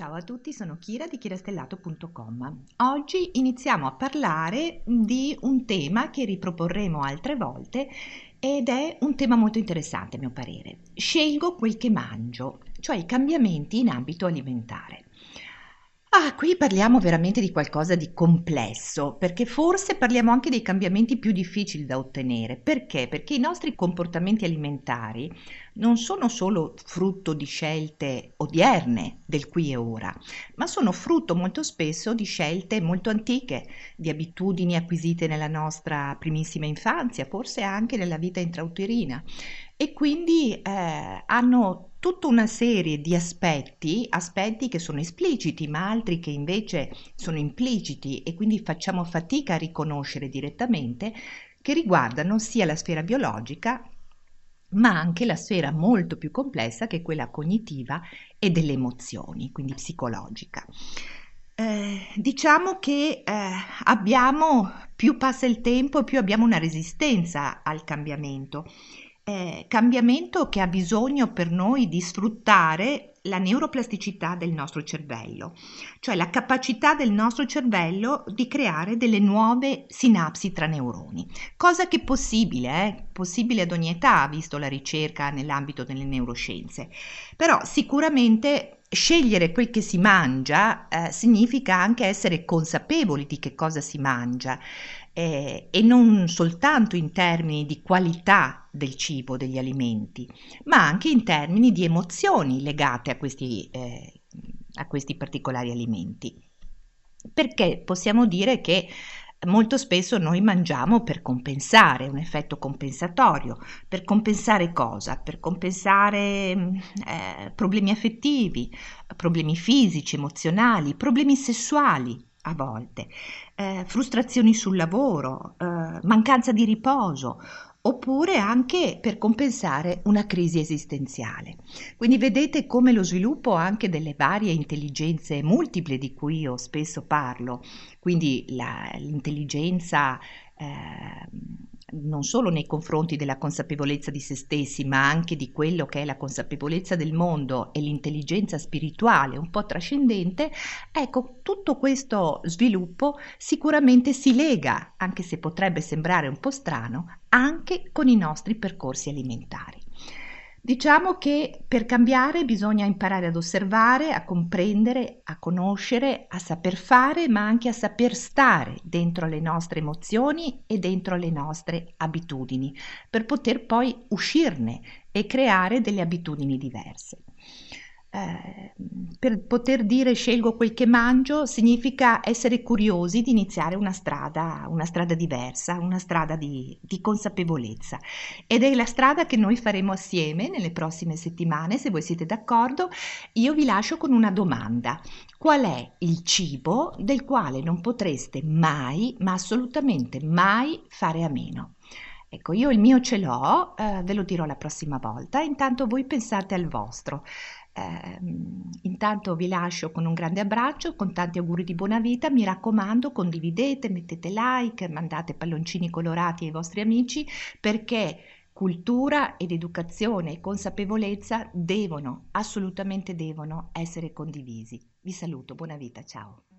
Ciao a tutti, sono Kira di kirastellato.com. Oggi iniziamo a parlare di un tema che riproporremo altre volte ed è un tema molto interessante a mio parere. Scelgo quel che mangio, cioè i cambiamenti in ambito alimentare. Qui parliamo veramente di qualcosa di complesso, perché forse parliamo anche dei cambiamenti più difficili da ottenere. Perché? Perché i nostri comportamenti alimentari non sono solo frutto di scelte odierne del qui e ora, ma sono frutto molto spesso di scelte molto antiche, di abitudini acquisite nella nostra primissima infanzia, forse anche nella vita intrauterina e quindi hanno tutta una serie di aspetti che sono espliciti, ma altri che invece sono impliciti e quindi facciamo fatica a riconoscere direttamente, che riguardano sia la sfera biologica, ma anche la sfera molto più complessa che è quella cognitiva e delle emozioni, quindi psicologica. Diciamo che abbiamo, più passa il tempo, più abbiamo una resistenza al cambiamento. Cambiamento che ha bisogno per noi di sfruttare la neuroplasticità del nostro cervello, cioè la capacità del nostro cervello di creare delle nuove sinapsi tra neuroni, cosa che è possibile ad ogni età, visto la ricerca nell'ambito delle neuroscienze. Però sicuramente scegliere quel che si mangia significa anche essere consapevoli di che cosa si mangia e non soltanto in termini di qualità del cibo, degli alimenti, ma anche in termini di emozioni legate a questi particolari alimenti. Perché possiamo dire che molto spesso noi mangiamo per compensare, un effetto compensatorio. Per compensare cosa? Per compensare problemi affettivi, problemi fisici, emozionali, problemi sessuali a volte, frustrazioni sul lavoro, mancanza di riposo, oppure anche per compensare una crisi esistenziale. Quindi vedete come lo sviluppo anche delle varie intelligenze multiple di cui io spesso parlo, quindi l'intelligenza non solo nei confronti della consapevolezza di se stessi, ma anche di quello che è la consapevolezza del mondo e l'intelligenza spirituale un po' trascendente, ecco, tutto questo sviluppo sicuramente si lega, anche se potrebbe sembrare un po' strano, anche con i nostri percorsi alimentari. Diciamo che per cambiare bisogna imparare ad osservare, a comprendere, a conoscere, a saper fare, ma anche a saper stare dentro le nostre emozioni e dentro le nostre abitudini, per poter poi uscirne e creare delle abitudini diverse. Per poter dire scelgo quel che mangio significa essere curiosi di iniziare una strada diversa, una strada di consapevolezza. Ed è la strada che noi faremo assieme nelle prossime settimane, se voi siete d'accordo. Io vi lascio con una domanda. Qual è il cibo del quale non potreste mai, ma assolutamente mai fare a meno? Ecco, io il mio ce l'ho, ve lo dirò la prossima volta, intanto voi pensate al vostro. Intanto vi lascio con un grande abbraccio, con tanti auguri di buona vita, mi raccomando condividete, mettete like, mandate palloncini colorati ai vostri amici perché cultura ed educazione e consapevolezza assolutamente devono essere condivisi. Vi saluto, buona vita, ciao.